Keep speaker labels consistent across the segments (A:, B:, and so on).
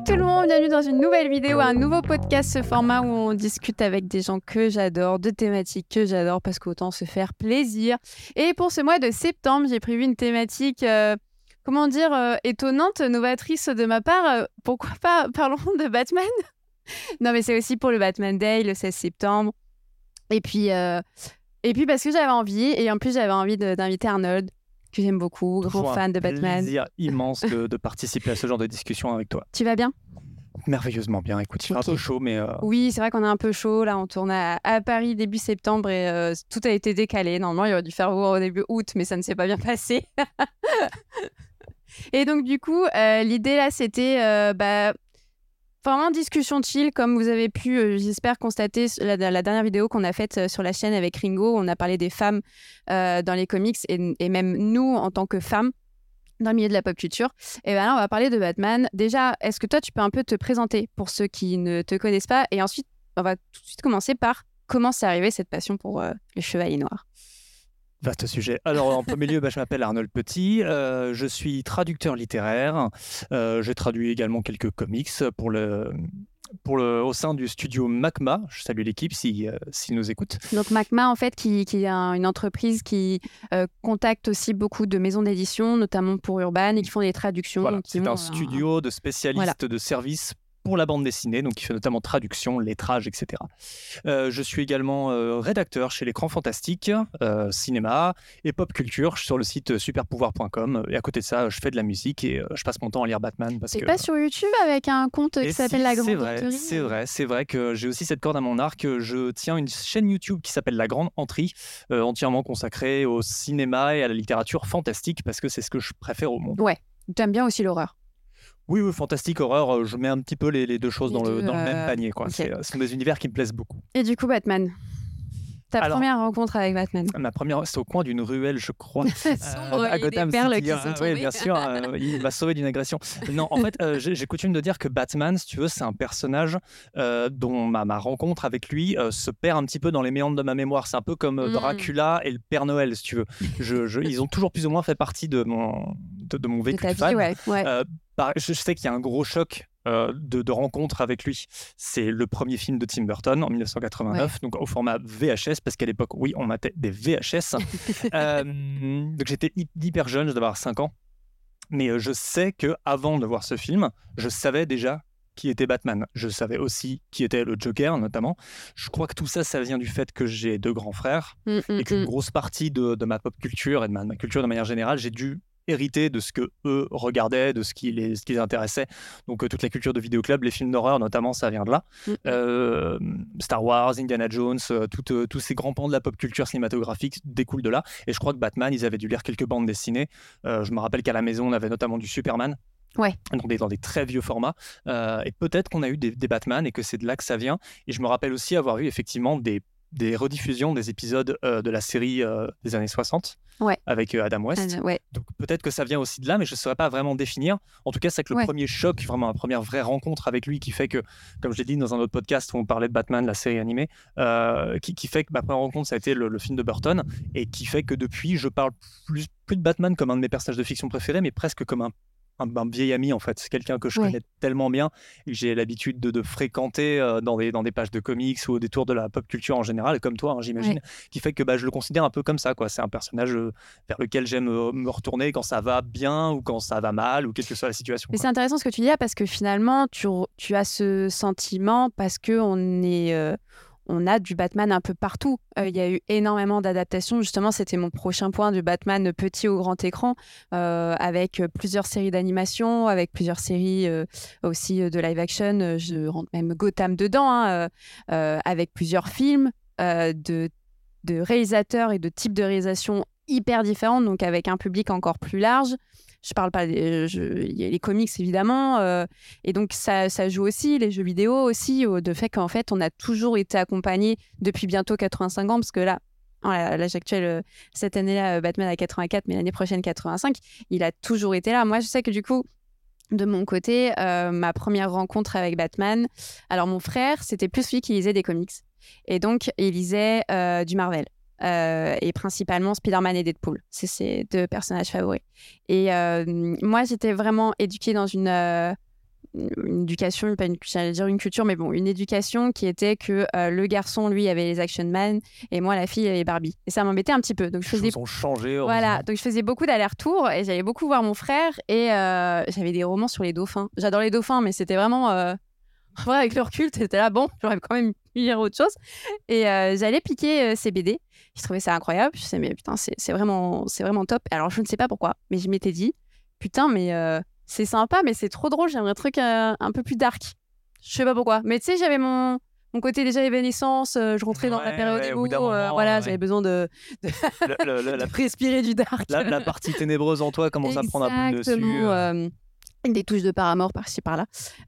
A: tout le monde, bienvenue dans une nouvelle vidéo, un nouveau podcast, ce format où on discute avec des gens que j'adore, de thématiques que j'adore parce qu'autant se faire plaisir. Et pour ce mois de septembre, j'ai prévu une thématique, étonnante, novatrice de ma part. Pourquoi pas parlons de Batman? Non mais c'est aussi pour le Batman Day, le 16 septembre. Et puis parce que j'avais envie, et en plus j'avais envie d'inviter Arnold, que j'aime beaucoup, grand fan de Batman.
B: C'est un plaisir immense de participer à ce genre de discussion avec toi.
A: Tu vas bien?
B: Merveilleusement bien, écoute, il fait un peu chaud, mais...
A: Oui, c'est vrai qu'on est un peu chaud, là on tourne à Paris début septembre et tout a été décalé. Normalement, il aurait dû faire beau au début août, mais ça ne s'est pas bien passé. Et donc du coup, l'idée là, c'était vraiment discussion chill, comme vous avez pu, j'espère, constater la dernière vidéo qu'on a faite sur la chaîne avec Ringo. On a parlé des femmes dans les comics et même nous, en tant que femmes, dans le milieu de la pop culture. Et bien là, on va parler de Batman. Déjà, est-ce que toi, tu peux un peu te présenter pour ceux qui ne te connaissent pas? Et ensuite, on va tout de suite commencer par comment c'est arrivé cette passion pour les Chevaliers Noirs.
B: Vaste sujet. Alors, en premier lieu, je m'appelle Arnold Petit, je suis traducteur littéraire. J'ai traduit également quelques comics au sein du studio Macma. Je salue l'équipe s'ils nous écoutent.
A: Donc Macma, en fait, qui est une entreprise qui contacte aussi beaucoup de maisons d'édition, notamment pour Urban, et qui font des traductions.
B: Voilà, c'est un studio de spécialistes de services pour la bande dessinée, donc qui fait notamment traduction, lettrage, etc. Je suis également rédacteur chez l'Écran Fantastique, cinéma et pop culture sur le site superpouvoir.com. Et à côté de ça, je fais de la musique et je passe mon temps à lire Batman.
A: T'es pas sur YouTube avec un compte qui s'appelle La Grande Entrée?
B: C'est vrai que j'ai aussi cette corde à mon arc. Je tiens une chaîne YouTube qui s'appelle La Grande Entrée, entièrement consacrée au cinéma et à la littérature fantastique, parce que c'est ce que je préfère au monde.
A: Ouais, t'aimes bien aussi l'horreur?
B: Oui, fantastique, horreur, je mets un petit peu les deux choses dans le même panier, quoi.
A: Okay.
B: Ce sont des univers qui me plaisent beaucoup.
A: Et du coup, Batman, première rencontre avec Batman?
B: Ma première, c'est au coin d'une ruelle, je crois,
A: à Gotham City.
B: Oui, bien sûr, il m'a sauvé d'une agression. Non, en fait, j'ai coutume de dire que Batman, si tu veux, c'est un personnage dont ma rencontre avec lui se perd un petit peu dans les méandres de ma mémoire. C'est un peu comme Dracula et le Père Noël, si tu veux. Ils ont toujours plus ou moins fait partie de mon vécu de fan.
A: Ouais.
B: Je sais qu'il y a un gros choc de rencontre avec lui. C'est le premier film de Tim Burton en 1989, donc au format VHS, parce qu'à l'époque, oui, on matait des VHS. Donc j'étais hyper jeune, je devais avoir 5 ans. Mais je sais qu'avant de voir ce film, je savais déjà qui était Batman. Je savais aussi qui était le Joker, notamment. Je crois que tout ça, ça vient du fait que j'ai 2 grands frères et qu'une grosse partie de ma pop culture et de ma culture de manière générale, j'ai dû hériter de ce que eux regardaient, de ce qui les intéressait. Donc toute la culture de vidéoclub, les films d'horreur notamment, ça vient de là. Star Wars, Indiana Jones, tous ces grands pans de la pop culture cinématographique découlent de là. Et je crois que Batman, ils avaient dû lire quelques bandes dessinées. Je me rappelle qu'à la maison, on avait notamment du Superman.
A: Ouais.
B: Dans des très vieux formats. Et peut-être qu'on a eu des Batman et que c'est de là que ça vient. Et je me rappelle aussi avoir eu effectivement des rediffusions des épisodes de la série des années 60 avec Adam West. Donc peut-être que ça vient aussi de là, mais je ne saurais pas vraiment définir. En tout cas, c'est que le premier choc, vraiment la première vraie rencontre avec lui qui fait que, comme je l'ai dit dans un autre podcast où on parlait de Batman, la série animée, qui fait que ma première rencontre, ça a été le film de Burton, et qui fait que depuis, je parle plus de Batman comme un de mes personnages de fiction préférés, mais presque comme un vieil ami, en fait. C'est quelqu'un que je connais tellement bien et que j'ai l'habitude de fréquenter dans des pages de comics ou au détour de la pop culture en général, comme toi, j'imagine, qui fait que je le considère un peu comme ça, quoi. C'est un personnage vers lequel j'aime me retourner quand ça va bien ou quand ça va mal ou quelle que soit la situation.
A: Mais c'est intéressant ce que tu dis là, parce que finalement, tu as ce sentiment parce qu'on on a du Batman un peu partout. Il y a eu énormément d'adaptations. Justement, c'était mon prochain point, du Batman petit au grand écran, avec plusieurs séries d'animation, avec plusieurs séries aussi de live action. Je rentre même Gotham dedans, avec plusieurs films de réalisateurs et de types de réalisation hyper différents, donc avec un public encore plus large. Je parle pas il y a les comics évidemment, et donc ça joue aussi, les jeux vidéo aussi, de fait qu'en fait on a toujours été accompagnés depuis bientôt 85 ans, parce que là, à l'âge actuel, cette année-là, Batman a 84, mais l'année prochaine 85, il a toujours été là. Moi je sais que du coup, de mon côté, ma première rencontre avec Batman, alors mon frère, c'était plus lui qui lisait des comics, et donc il lisait du Marvel. Et principalement Spider-Man et Deadpool. C'est ses 2 personnages favoris. Et moi, j'étais vraiment éduquée dans une une éducation, pas une, j'allais dire une culture, mais bon, une éducation qui était que le garçon, lui, avait les Action Man et moi, la fille, avait Barbie. Et ça m'embêtait un petit peu. Donc,
B: Les choses ont changé.
A: Voilà, donc je faisais beaucoup d'allers-retours et j'allais beaucoup voir mon frère et j'avais des romans sur les dauphins. J'adore les dauphins, mais c'était vraiment... Ouais, avec le recul, t'étais là, bon, j'aurais quand même pu lire autre chose. Et j'allais piquer ces BD. Je trouvais ça incroyable. Je me disais, mais putain, c'est vraiment top. Alors, je ne sais pas pourquoi, mais je m'étais dit, putain, mais c'est sympa, mais c'est trop drôle. J'aimerais un truc un peu plus dark. Je sais pas pourquoi. Mais tu sais, j'avais mon côté déjà évanescence. Je rentrais dans la période émo. Voilà, j'avais besoin de respirer du dark.
B: La partie ténébreuse en toi commence à prendre un peu le dessus.
A: Des touches de Paramore par-ci par-là.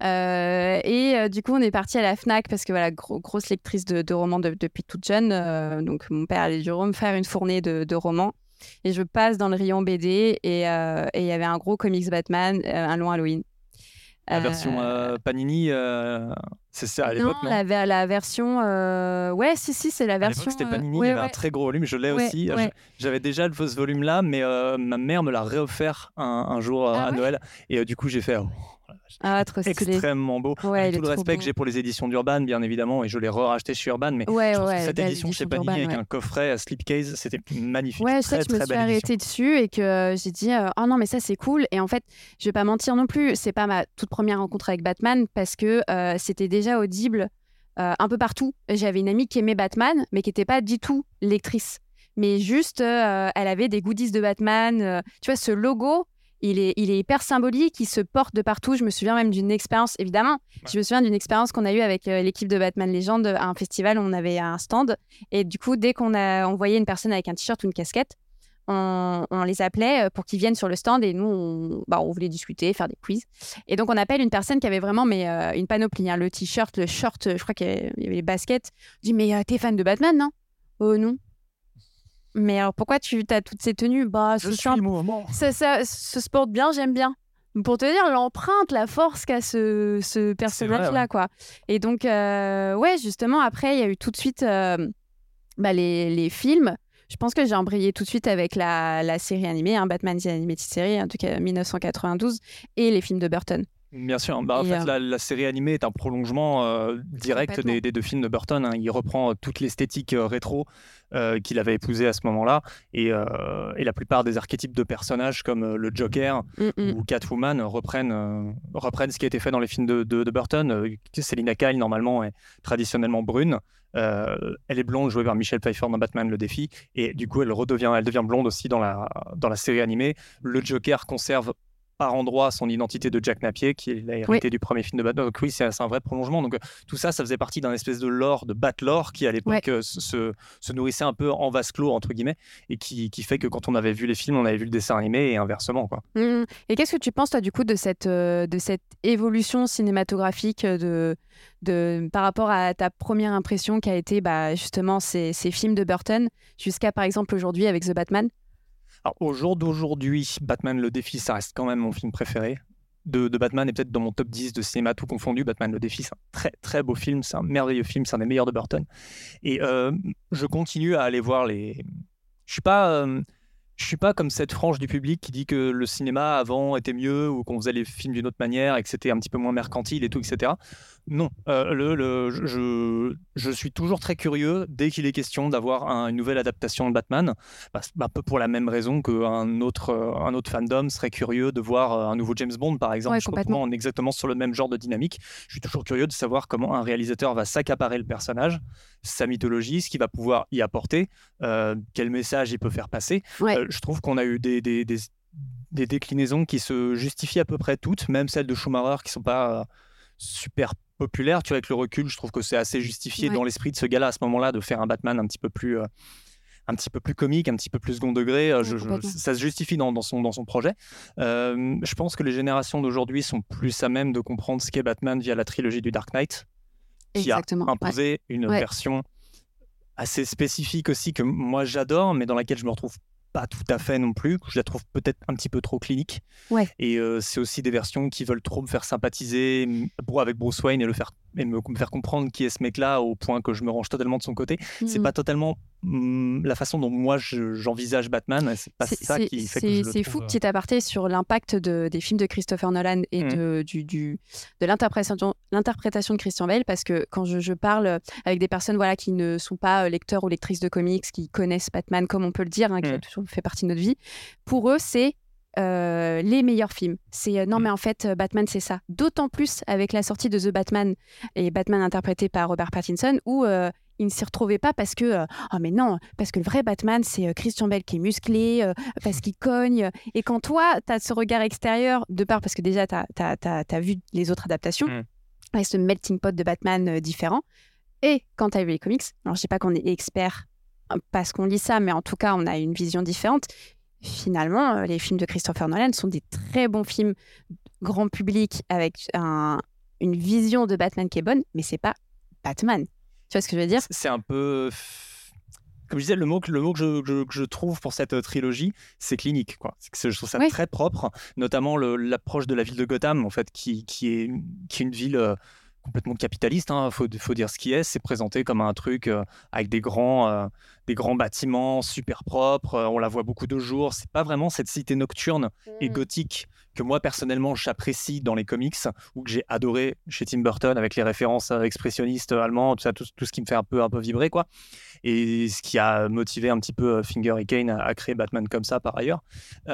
A: Du coup, on est parti à la Fnac parce que voilà, grosse lectrice de romans depuis toute jeune. Donc, mon père allait du me faire une fournée de romans. Et je passe dans le rayon BD et il y avait un gros comics Batman, un long Halloween.
B: La version Panini, c'est ça à l'époque, non?
A: La version... Ouais, si, c'est la version...
B: À l'époque, c'était Panini, il y avait un très gros volume, je l'ai aussi.
A: Ouais.
B: J'avais déjà ce volume-là, mais ma mère me l'a réoffert un jour à Noël. Et du coup, j'ai fait...
A: trop stylé.
B: Extrêmement beau. Avec tout le respect que j'ai pour les éditions d'Urban, bien évidemment, et je l'ai racheté chez Urban, mais je pense que cette édition chez Panini avec un coffret à slipcase, c'était magnifique.
A: Ouais, je sais que je me suis arrêtée dessus et que j'ai dit oh non, mais ça c'est cool. Et en fait, je vais pas mentir non plus, c'est pas ma toute première rencontre avec Batman parce que c'était déjà audible un peu partout. J'avais une amie qui aimait Batman, mais qui était pas du tout lectrice. Mais juste, elle avait des goodies de Batman. Tu vois, ce logo. Il est hyper symbolique, il se porte de partout. Je me souviens même d'une expérience, évidemment, je me souviens d'une expérience qu'on a eue avec l'équipe de Batman Legend à un festival où on avait un stand. Et du coup, dès qu'on voyait une personne avec un t-shirt ou une casquette, on les appelait pour qu'ils viennent sur le stand et nous, on voulait discuter, faire des quiz. Et donc, on appelle une personne qui avait vraiment une panoplie, hein, le t-shirt, le short, je crois qu'il y avait les baskets. Je dis, mais t'es fan de Batman, non? Oh non. Mais alors, pourquoi tu as toutes ces tenues?
B: Je suis le mouvement.
A: Ça se porte bien, j'aime bien. Pour te dire, l'empreinte, la force qu'a ce personnage-là, quoi. Et donc, justement, après, il y a eu tout de suite les films. Je pense que j'ai embrayé tout de suite avec la série animée, Batman The Animated Series, en tout cas 1992, et les films de Burton.
B: Bien sûr, en fait, la série animée est un prolongement direct des deux films de Burton. Il reprend toute l'esthétique rétro qu'il avait épousée à ce moment-là et la plupart des archétypes de personnages comme le Joker ou Catwoman reprennent ce qui a été fait dans les films de Burton. Selina Kyle, normalement, est traditionnellement brune. Elle est blonde, jouée par Michelle Pfeiffer dans Batman le défi, et du coup elle devient blonde aussi dans la série animée. Le Joker conserve par endroit son identité de Jack Napier, qui est l'hérité du premier film de Batman. Donc oui, c'est un vrai prolongement. Donc tout ça faisait partie d'un espèce de lore, de Bat-lore, qui à l'époque se nourrissait un peu en vase clos, entre guillemets, et qui fait que quand on avait vu les films, on avait vu le dessin animé, et inversement, quoi.
A: Et qu'est-ce que tu penses, toi, du coup, de cette évolution cinématographique par rapport à ta première impression qui a été justement ces films de Burton, jusqu'à, par exemple, aujourd'hui avec The Batman?
B: Alors, au jour d'aujourd'hui, Batman le défi, ça reste quand même mon film préféré de Batman, et peut-être dans mon top 10 de cinéma tout confondu. Batman le défi, c'est un très très beau film, c'est un merveilleux film, c'est un des meilleurs de Burton. Et je continue à aller voir les... Je suis pas comme cette frange du public qui dit que le cinéma avant était mieux ou qu'on faisait les films d'une autre manière et que c'était un petit peu moins mercantile et tout, etc. Non, je suis toujours très curieux dès qu'il est question d'avoir une nouvelle adaptation de Batman, un peu pour la même raison qu'un autre fandom serait curieux de voir un nouveau James Bond, par exemple. Je crois qu'on est exactement sur le même genre de dynamique. Je suis toujours curieux de savoir comment un réalisateur va s'accaparer le personnage, sa mythologie, ce qu'il va pouvoir y apporter, quel message il peut faire passer. Je trouve qu'on a eu des déclinaisons qui se justifient à peu près toutes, même celles de Schumacher qui ne sont pas super populaires. Tu vois, avec le recul, je trouve que c'est assez justifié dans l'esprit de ce gars-là à ce moment-là de faire un Batman un petit peu plus comique, un petit peu plus second degré. Ça se justifie dans son projet. Je pense que les générations d'aujourd'hui sont plus à même de comprendre ce qu'est Batman via la trilogie du Dark Knight, qui a imposé une version assez spécifique aussi, que moi j'adore, mais dans laquelle je me retrouve pas tout à fait non plus, je la trouve peut-être un petit peu trop clinique. Et c'est aussi des versions qui veulent trop me faire sympathiser avec Bruce Wayne et le faire me faire comprendre qui est ce mec-là au point que je me range totalement de son côté. C'est pas totalement la façon dont moi j'envisage Batman. C'est pas ça qui fait que je le trouve...
A: C'est fou, petit aparté sur l'impact des films de Christopher Nolan et de l'interprétation de Christian Bale, parce que quand je parle avec des personnes qui ne sont pas lecteurs ou lectrices de comics, qui connaissent Batman comme on peut le dire, qui a toujours fait partie de notre vie, pour eux c'est les meilleurs films. C'est non mais en fait Batman c'est ça. D'autant plus avec la sortie de The Batman et Batman interprété par Robert Pattinson où il ne s'y retrouvait pas parce que mais non, parce que le vrai Batman c'est Christian Bale qui est musclé, parce qu'il cogne. Et quand toi tu as ce regard extérieur de part, parce que déjà tu as vu les autres adaptations avec ce melting pot de Batman différent, et quand tu as vu les comics, alors je sais pas qu'on est expert parce qu'on lit ça, mais en tout cas on a une vision différente. Finalement, les films de Christopher Nolan sont des très bons films grand public avec une vision de Batman qui est bonne, mais c'est pas Batman. Tu vois ce que je veux dire ?
B: C'est un peu... Comme je disais, le mot que je trouve pour cette trilogie, c'est clinique, quoi. Je trouve ça très propre, notamment l'approche de la ville de Gotham, en fait, qui est une ville... complètement capitaliste, faut dire ce qui est. C'est présenté comme un truc avec des grands bâtiments super propres. On la voit beaucoup de jour. C'est pas vraiment cette cité nocturne et gothique que moi personnellement j'apprécie dans les comics, ou que j'ai adoré chez Tim Burton avec les références expressionnistes allemands, tout ce qui me fait un peu vibrer, quoi. Et ce qui a motivé un petit peu Finger et Kane à créer Batman comme ça par ailleurs.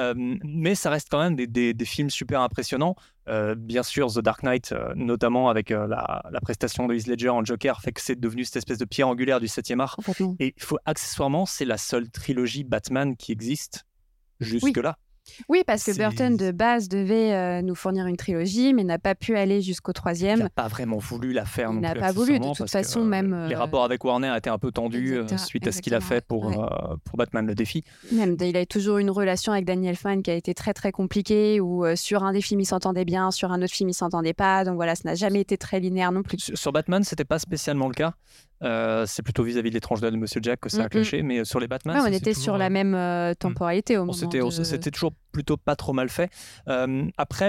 B: Mais ça reste quand même des films super impressionnants. Bien sûr, The Dark Knight, notamment avec la prestation de Heath Ledger en Joker, fait que c'est devenu cette espèce de pierre angulaire du 7e art. Et accessoirement, c'est la seule trilogie Batman qui existe jusque-là.
A: Oui, parce que Burton, de base, devait nous fournir une trilogie, mais n'a pas pu aller jusqu'au 3e.
B: Il n'a pas vraiment voulu la faire.
A: Il n'a pas voulu, de toute façon, même...
B: Les rapports avec Warner étaient un peu tendus suite à ce qu'il a fait pour Batman le défi.
A: Même, il a toujours une relation avec Danny Elfman qui a été très, très compliquée, où sur un des films, il s'entendait bien, sur un autre film, il s'entendait pas. Donc voilà, ça n'a jamais été très linéaire non plus.
B: Sur Batman, c'était pas spécialement le cas. C'est plutôt vis-à-vis de l'étrange de Monsieur Jack que ça a clashé, mais sur les Batman,
A: on était toujours... sur la même temporalité au moment.
B: C'était toujours plutôt pas trop mal fait. Après,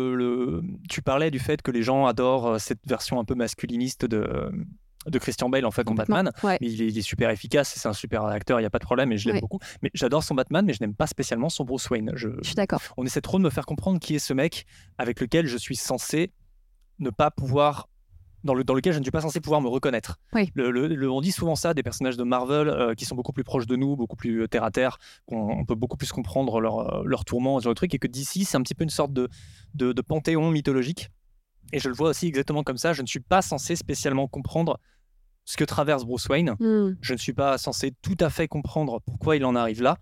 B: tu parlais du fait que les gens adorent cette version un peu masculiniste de Christian Bale en fait dans Batman. Mais il est super efficace, c'est un super acteur, il n'y a pas de problème et je l'aime beaucoup. Mais j'adore son Batman, mais je n'aime pas spécialement son Bruce Wayne. Je
A: suis d'accord.
B: On essaie trop de me faire comprendre qui est ce mec avec lequel je suis censé ne pas pouvoir... Dans lequel je ne suis pas censé pouvoir me reconnaître. On dit souvent ça des personnages de Marvel qui sont beaucoup plus proches de nous, beaucoup plus terre à terre, qu'on peut beaucoup plus comprendre leur tourment, ce genre de truc, et que d'ici c'est un petit peu une sorte de panthéon mythologique. Et je le vois aussi exactement comme ça. Je ne suis pas censé spécialement comprendre ce que traverse Bruce Wayne. Je ne suis pas censé tout à fait comprendre pourquoi il en arrive là.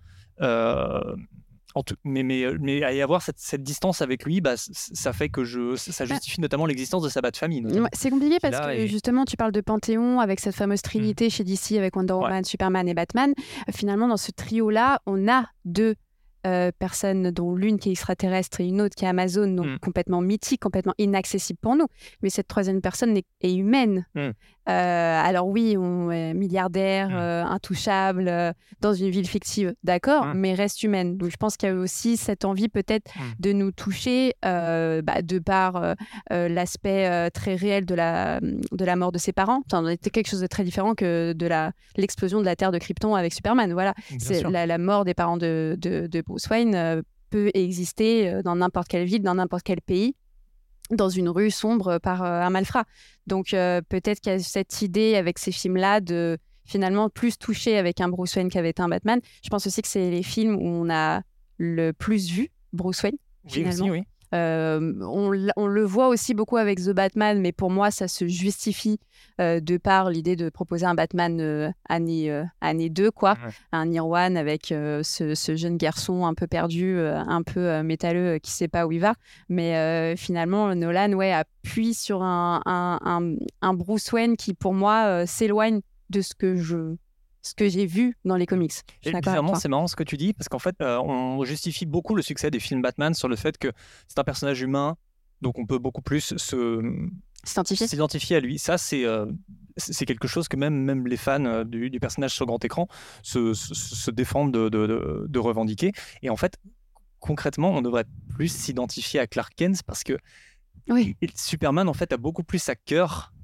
B: Mais à y avoir cette distance avec lui, ça fait que ça justifie notamment l'existence de sa Bat-famille.
A: C'est compliqué parce que justement, tu parles de Panthéon avec cette fameuse trinité chez DC avec Wonder Woman, Superman et Batman. Finalement, dans ce trio-là, on a deux personnes, dont l'une qui est extraterrestre et une autre qui est Amazon, donc complètement mythique, complètement inaccessible pour nous. Mais cette troisième personne est humaine. Alors oui, on est milliardaire, intouchable, dans une ville fictive, d'accord, mais reste humaine. Donc je pense qu'il y a aussi cette envie peut-être de nous toucher de par l'aspect très réel de la mort de ses parents. Enfin, c'était quelque chose de très différent que de l'explosion de la Terre de Krypton avec Superman. Voilà, c'est la mort des parents de Bruce Wayne peut exister dans n'importe quelle ville, dans n'importe quel pays, dans une rue sombre par un malfrat. Donc peut-être qu'il y a cette idée avec ces films-là de finalement plus toucher avec un Bruce Wayne qu'avec un Batman. Je pense aussi que c'est les films où on a le plus vu Bruce Wayne, finalement.
B: Oui.
A: On le voit aussi beaucoup avec The Batman, mais pour moi, ça se justifie de par l'idée de proposer un Batman année 2, quoi. Un Year One avec ce jeune garçon un peu perdu, un peu métalleux, qui ne sait pas où il va. Mais finalement, Nolan appuie sur un Bruce Wayne qui, pour moi, s'éloigne de ce que j'ai vu dans les comics.
B: Bizarrement, c'est marrant ce que tu dis, parce qu'en fait, on justifie beaucoup le succès des films Batman sur le fait que c'est un personnage humain, donc on peut beaucoup plus s'identifier à lui. Ça, c'est quelque chose que même les fans du personnage sur grand écran se défendent de revendiquer. Et en fait, concrètement, on devrait plus s'identifier à Clark Kent, parce que Superman, en fait, a beaucoup plus à cœur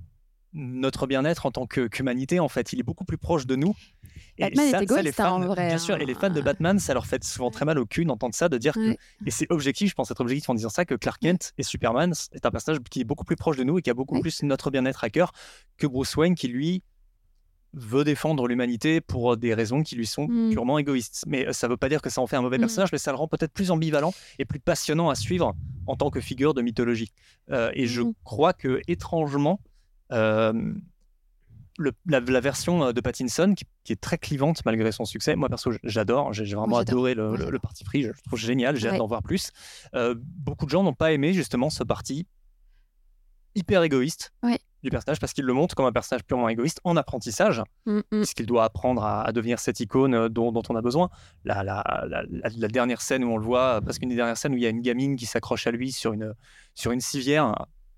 B: notre bien-être en tant qu'humanité, en fait. Il est beaucoup plus proche de nous.
A: Batman est égoïste, en vrai.
B: Bien sûr, et les fans de Batman, ça leur fait souvent très mal au cul d'entendre ça, de dire que, et c'est objectif, je pense être objectif en disant ça, que Clark Kent et Superman est un personnage qui est beaucoup plus proche de nous et qui a beaucoup plus notre bien-être à cœur que Bruce Wayne, qui lui veut défendre l'humanité pour des raisons qui lui sont purement égoïstes. Mais ça ne veut pas dire que ça en fait un mauvais personnage, mais ça le rend peut-être plus ambivalent et plus passionnant à suivre en tant que figure de mythologie. Et je crois que, étrangement, la version de Pattinson, qui est très clivante malgré son succès, moi perso j'adore, j'ai vraiment adoré le parti pris, je trouve génial, j'ai hâte d'en voir plus. Beaucoup de gens n'ont pas aimé justement ce parti hyper égoïste du personnage, parce qu'il le montre comme un personnage purement égoïste en apprentissage, puisqu'il doit apprendre à devenir cette icône dont on a besoin. La dernière scène où on le voit, parce qu'une des dernières scènes où il y a une gamine qui s'accroche à lui sur une civière,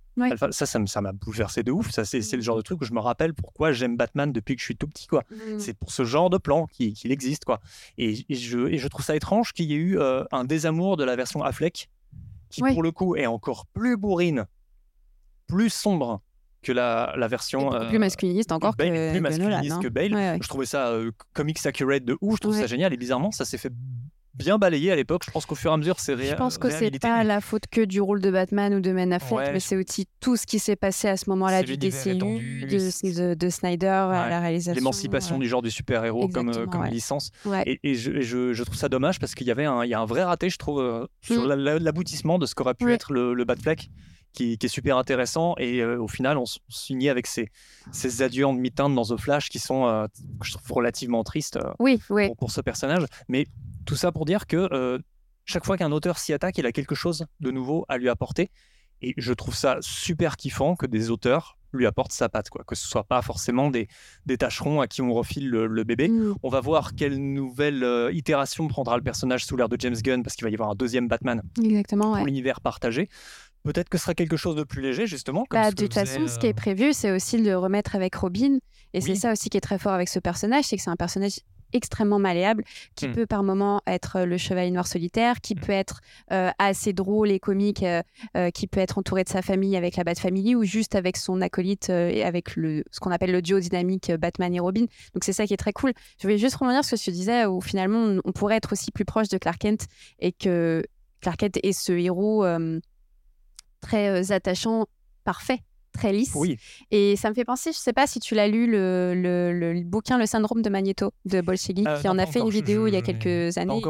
B: ça m'a bouleversé de ouf. C'est le genre de truc où je me rappelle pourquoi j'aime Batman depuis que je suis tout petit, quoi. C'est pour ce genre de plan qu'il existe, quoi. Et je trouve ça étrange qu'il y ait eu un désamour de la version Affleck, qui pour le coup est encore plus bourrine, plus sombre que la version
A: plus masculiniste encore
B: Bale, plus masculiniste
A: Nolan,
B: que Bale. Je trouvais ça comics accurate de ouf, je trouve ça génial, et bizarrement ça s'est fait bien balayé à l'époque. Je pense qu'au fur et à mesure c'est
A: Je pense que c'est pas la faute que du rôle de Batman ou de Ben Affleck, mais c'est aussi tout ce qui s'est passé à ce moment-là du DCU, de Snyder à la réalisation.
B: L'émancipation du genre du super-héros comme licence. Et je trouve ça dommage, parce qu'il y a un vrai raté, je trouve, sur l'aboutissement de ce qu'aurait pu être le Batfleck, qui est super intéressant, et au final on finit avec ces adieux en demi-teinte dans The Flash qui sont je trouve relativement tristes pour ce personnage. Mais tout ça pour dire que chaque fois qu'un auteur s'y attaque, il a quelque chose de nouveau à lui apporter, et je trouve ça super kiffant que des auteurs lui apportent sa patte, quoi. Que ce soit pas forcément des tâcherons à qui on refile le bébé. On va voir quelle nouvelle itération prendra le personnage sous l'ère de James Gunn, parce qu'il va y avoir un deuxième Batman pour l'univers partagé. Peut-être que ce sera quelque chose de plus léger, justement.
A: De toute façon, ce qui est prévu, c'est aussi de le remettre avec Robin. Et c'est ça aussi qui est très fort avec ce personnage, c'est que c'est un personnage extrêmement malléable, qui peut par moments être le chevalier noir solitaire, qui peut être assez drôle et comique, qui peut être entouré de sa famille avec la Bat Family, ou juste avec son acolyte et avec ce qu'on appelle le duo dynamique Batman et Robin. Donc c'est ça qui est très cool. Je voulais juste revenir sur ce que tu disais, où finalement on pourrait être aussi plus proche de Clark Kent, et que Clark Kent est ce héros très attachant, parfait, très lisse. Et ça me fait penser, je ne sais pas si tu l'as lu, le bouquin Le syndrome de Magneto de Bolshevik, qui en a fait une vidéo il y a quelques années,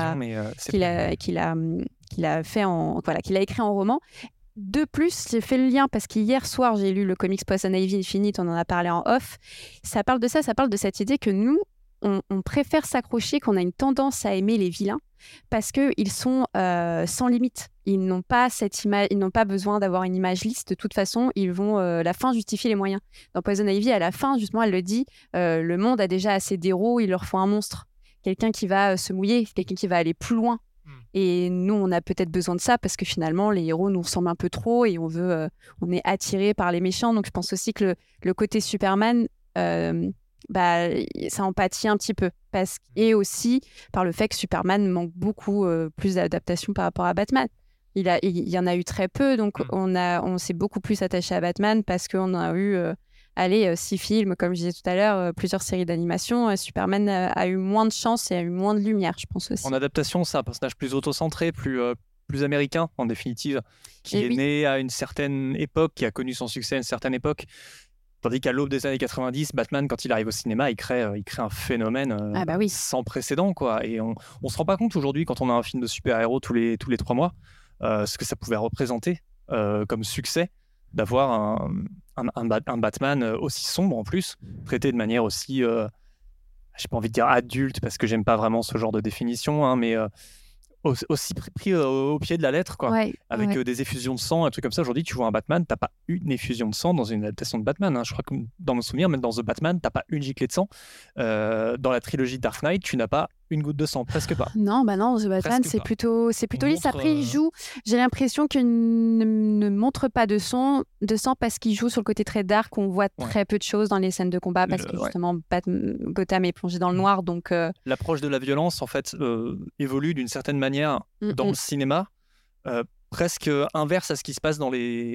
A: qu'il a écrit en roman. De plus, j'ai fait le lien parce qu'hier soir, j'ai lu le comics Poison Ivy Infinite, on en a parlé en off. Ça parle de cette idée que nous, on préfère s'accrocher, qu'on a une tendance à aimer les vilains parce qu'ils sont sans limite. Ils n'ont pas cette image, ils n'ont pas besoin d'avoir une image lisse. De toute façon, ils vont la fin justifier les moyens. Dans Poison Ivy, à la fin, justement, elle le dit, le monde a déjà assez d'héros, il leur faut un monstre. Quelqu'un qui va se mouiller, quelqu'un qui va aller plus loin. Et nous, on a peut-être besoin de ça parce que finalement, les héros nous ressemblent un peu trop et on est attiré par les méchants. Donc, je pense aussi que le côté Superman... ça empathie un petit peu, et aussi par le fait que Superman manque beaucoup plus d'adaptation par rapport à Batman. Il y en a eu très peu, donc on s'est beaucoup plus attaché à Batman parce qu'on a eu 6 films, comme je disais tout à l'heure, plusieurs séries d'animation. Superman a eu moins de chance et a eu moins de lumière, je pense aussi.
B: En adaptation, c'est un personnage plus auto-centré, plus américain en définitive, qui est né à une certaine époque, qui a connu son succès à une certaine époque. Tandis qu'à l'aube des années 90, Batman, quand il arrive au cinéma, il crée un phénomène sans précédent, quoi. Et on se rend pas compte aujourd'hui, quand on a un film de super-héros tous les 3 mois, ce que ça pouvait représenter comme succès, d'avoir un Batman aussi sombre en plus, traité de manière aussi, j'ai pas envie de dire adulte, parce que j'aime pas vraiment ce genre de définition, hein, mais aussi pris au pied de la lettre, quoi, avec des effusions de sang, un truc comme ça. Aujourd'hui, tu vois un Batman, t'as pas une effusion de sang dans une adaptation de Batman, hein. Je crois que dans mon souvenir, même dans The Batman, t'as pas une giclée de sang. Dans la trilogie Dark Knight, tu n'as pas une goutte de sang, presque pas.
A: Non, The Batman, c'est plutôt lisse. Après, il joue, j'ai l'impression qu'il ne montre pas de sang parce qu'il joue sur le côté très dark. On voit très peu de choses dans les scènes de combat parce que justement, Gotham est plongé dans le noir. Donc,
B: l'approche de la violence, en fait, évolue d'une certaine manière dans le cinéma, presque inverse à ce qui se passe dans les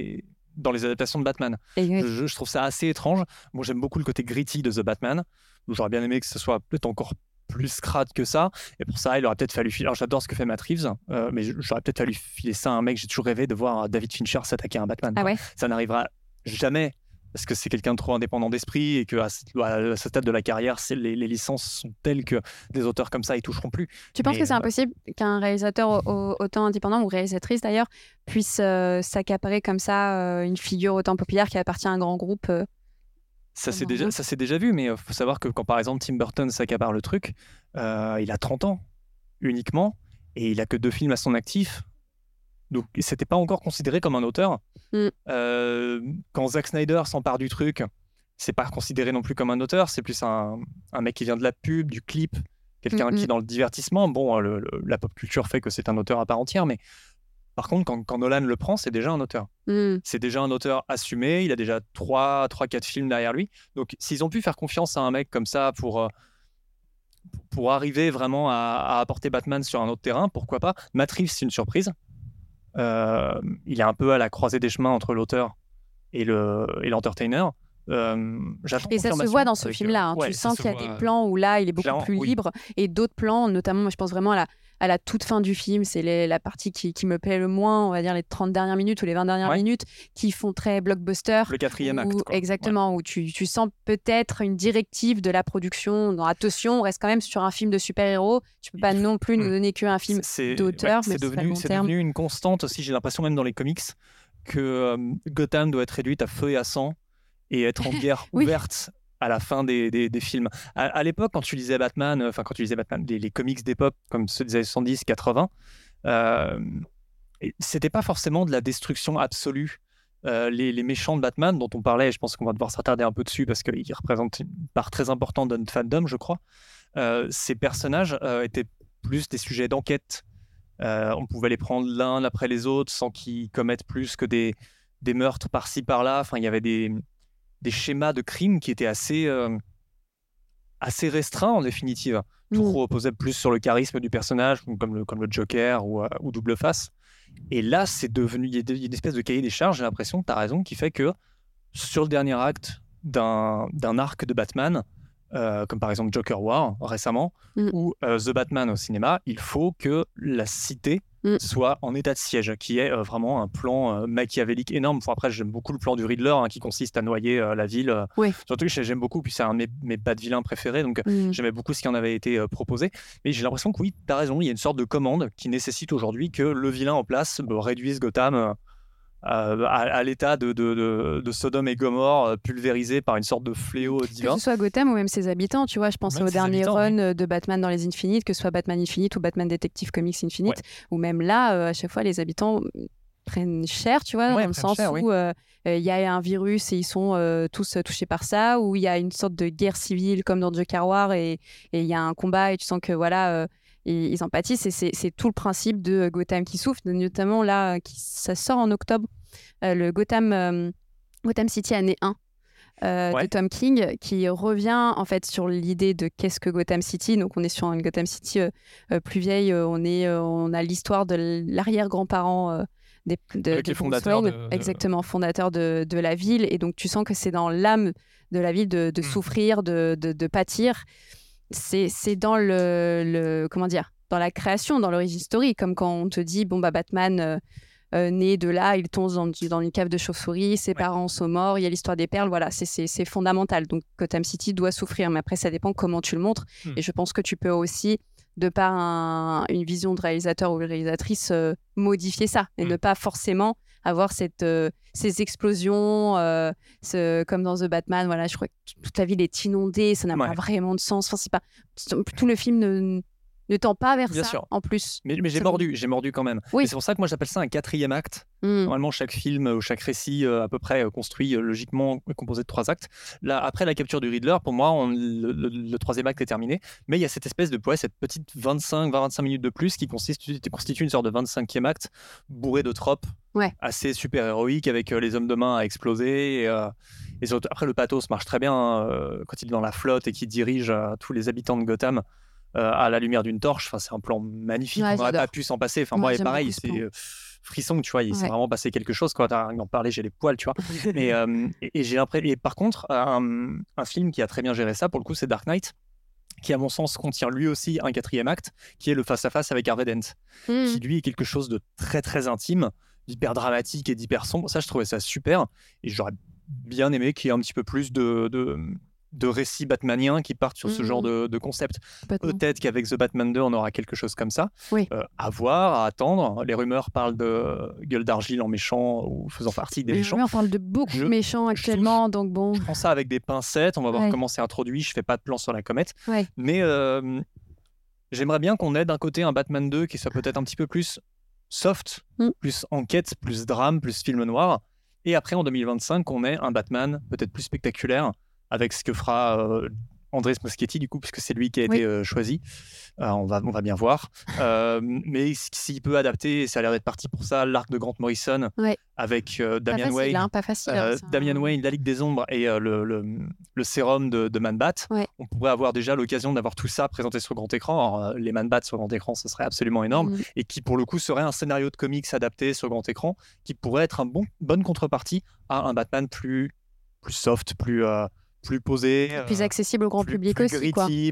B: dans les adaptations de Batman. Je trouve ça assez étrange. Moi, j'aime beaucoup le côté gritty de The Batman. J'aurais bien aimé que ce soit peut-être encore plus crade que ça. Et pour ça, il aurait peut-être fallu filer. Alors, j'adore ce que fait Matt Reeves, mais j'aurais peut-être fallu filer ça à un mec. J'ai toujours rêvé de voir David Fincher s'attaquer à un Batman.
A: Ah ouais.
B: Ça n'arrivera jamais parce que c'est quelqu'un de trop indépendant d'esprit et qu'à ce stade de la carrière, les licences sont telles que des auteurs comme ça, ils toucheront plus.
A: Tu penses que c'est impossible qu'un réalisateur autant indépendant ou réalisatrice d'ailleurs puisse s'accaparer comme ça une figure autant populaire qui appartient à un grand groupe
B: Ça s'est déjà vu, mais il faut savoir que quand par exemple Tim Burton s'accapare le truc, il a 30 ans uniquement et il a que 2 films à son actif. Donc c'était pas encore considéré comme un auteur. Quand Zack Snyder s'empare du truc, c'est pas considéré non plus comme un auteur, c'est plus un mec qui vient de la pub, du clip, quelqu'un qui est dans le divertissement. Bon, la pop culture fait que c'est un auteur à part entière, mais par contre, quand Nolan le prend, c'est déjà un auteur. C'est déjà un auteur assumé, il a déjà 3-4 films derrière lui. Donc s'ils ont pu faire confiance à un mec comme ça pour arriver vraiment à apporter Batman sur un autre terrain, pourquoi pas. Matt Reeves, c'est une surprise. Il est un peu à la croisée des chemins entre l'auteur et l'entertainer.
A: Et ça se voit dans ce film-là. Tu sens qu'il y a des plans où là, il est beaucoup plus libre. Et d'autres plans, notamment, moi, je pense vraiment à la toute fin du film, c'est la partie qui me plaît le moins, on va dire les 30 dernières minutes ou les 20 dernières minutes, qui font très blockbuster.
B: Le 4e acte.
A: Exactement, où tu sens peut-être une directive de la production. Non, attention, on reste quand même sur un film de super-héros. Tu peux pas non plus nous donner qu'un film d'auteur.
B: C'est devenu une constante aussi, j'ai l'impression, même dans les comics, que Gotham doit être réduite à feu et à sang et être en guerre ouverte à la fin des films. À l'époque, quand tu lisais Batman, les comics d'époque, comme ceux des années 70-80, c'était pas forcément de la destruction absolue. Les méchants de Batman, dont on parlait, je pense qu'on va devoir s'attarder un peu dessus parce qu'ils représentent une part très importante de notre fandom, je crois. Ces personnages étaient plus des sujets d'enquête. On pouvait les prendre l'un après les autres sans qu'ils commettent plus que des meurtres par-ci par-là. Enfin, il y avait des schémas de crimes qui étaient assez restreints en définitive. Tout reposait plus sur le charisme du personnage, comme le Joker ou Double Face. Et là, c'est devenu, il y a une espèce de cahier des charges, j'ai l'impression, tu as raison, qui fait que sur le dernier acte d'un arc de Batman, comme par exemple Joker War récemment, ou The Batman au cinéma, il faut que la cité soit en état de siège, qui est vraiment un plan machiavélique énorme. Enfin, après, j'aime beaucoup le plan du Riddler, qui consiste à noyer la ville. Surtout que j'aime beaucoup, puis c'est un de mes bad vilains préférés, donc j'aimais beaucoup ce qui en avait été proposé. Mais j'ai l'impression que oui, tu as raison, il y a une sorte de commande qui nécessite aujourd'hui que le vilain en place réduise Gotham à l'état de Sodome et Gomorrhe, pulvérisé par une sorte de fléau divin.
A: Que ce soit Gotham ou même ses habitants, tu vois, je pense au dernier run de Batman dans les Infinites, que ce soit Batman Infinite ou Batman Detective Comics Infinite, ou même là, à chaque fois, les habitants prennent cher, tu vois, dans le sens où il y a un virus et ils sont tous touchés par ça, ou il y a une sorte de guerre civile comme dans Joker War et il y a un combat et tu sens que voilà... ils en pâtissent et c'est tout le principe de Gotham qui souffre, notamment là, ça sort en octobre, le Gotham City année 1 de Tom King, qui revient en fait sur l'idée de qu'est-ce que Gotham City. Donc on est sur une Gotham City plus vieille, on a l'histoire de l'arrière-grand-parent des
B: fondateurs
A: exactement, fondateur de la ville, et donc tu sens que c'est dans l'âme de la ville de souffrir, de pâtir. C'est dans comment dire, dans la création, dans l'origin story, comme quand on te dit Batman né de là, il tombe dans une cave de chauve-souris, ses parents sont morts, il y a l'histoire des perles, voilà, c'est fondamental. Donc Gotham City doit souffrir, mais après ça dépend comment tu le montres. Et je pense que tu peux aussi, de par une vision de réalisateur ou réalisatrice, modifier ça et ne pas forcément avoir ces explosions, comme dans The Batman, voilà, je crois que toute la ville est inondée, ça n'a pas vraiment de sens. Enfin, c'est pas tout le film ne tend pas vers
B: Bien
A: ça,
B: sûr.
A: en plus.
B: Mais j'ai mordu quand même. Et c'est pour ça que moi j'appelle ça un 4e acte. Normalement, chaque film ou chaque récit à peu près construit logiquement composé de 3 actes. Là, après la capture du Riddler, pour moi, le 3e acte est terminé. Mais il y a cette espèce de cette petite 20-25 minutes de plus qui constitue une sorte de 25e acte bourré de tropes assez super-héroïques avec les hommes de main à exploser. Et surtout, après, le pathos marche très bien quand il est dans la flotte et qu'il dirige tous les habitants de Gotham à la lumière d'une torche. Enfin, c'est un plan magnifique. On n'aurait pas pu s'en passer. Enfin, moi, pareil, frisson, tu vois, il s'est vraiment passé quelque chose, quand on en parlait, j'ai les poils, tu vois. Mais, et j'ai l'impression, et par contre, un film qui a très bien géré ça, pour le coup, c'est Dark Knight, qui, à mon sens, contient lui aussi un 4e acte, qui est le face-à-face avec Harvey Dent, qui, lui, est quelque chose de très, très intime, d'hyper dramatique et d'hyper sombre. Ça, je trouvais ça super, et j'aurais bien aimé qu'il y ait un petit peu plus de récits batmaniens qui partent sur ce genre de concept. Peut-être qu'avec The Batman 2, on aura quelque chose comme ça. À voir, à attendre. Les rumeurs parlent de Gueule d'Argile en méchant ou faisant partie des méchants.
A: On parle de beaucoup de méchants actuellement, donc bon.
B: Je prends ça avec des pincettes, on va voir comment c'est introduit. Je fais pas de plan sur la comète. Mais j'aimerais bien qu'on ait d'un côté un Batman 2 qui soit peut-être un petit peu plus soft, plus enquête, plus drame, plus film noir. Et après, en 2025, qu'on ait un Batman peut-être plus spectaculaire, avec ce que fera Andrés Muschietti, du coup, puisque c'est lui qui a été choisi. On va bien voir. Mais s'il peut adapter, ça a l'air d'être parti pour ça, l'arc de Grant Morrison, avec Damian Wayne, Damian Wayne, la Ligue des Ombres et le sérum de Man-Bat. On pourrait avoir déjà l'occasion d'avoir tout ça présenté sur grand écran. Alors, les Man-Bat sur grand écran, ce serait absolument énorme. Et qui, pour le coup, serait un scénario de comics adapté sur grand écran, qui pourrait être bonne contrepartie à un Batman plus soft, plus posé,
A: plus accessible au grand public
B: plus
A: aussi,
B: gritty,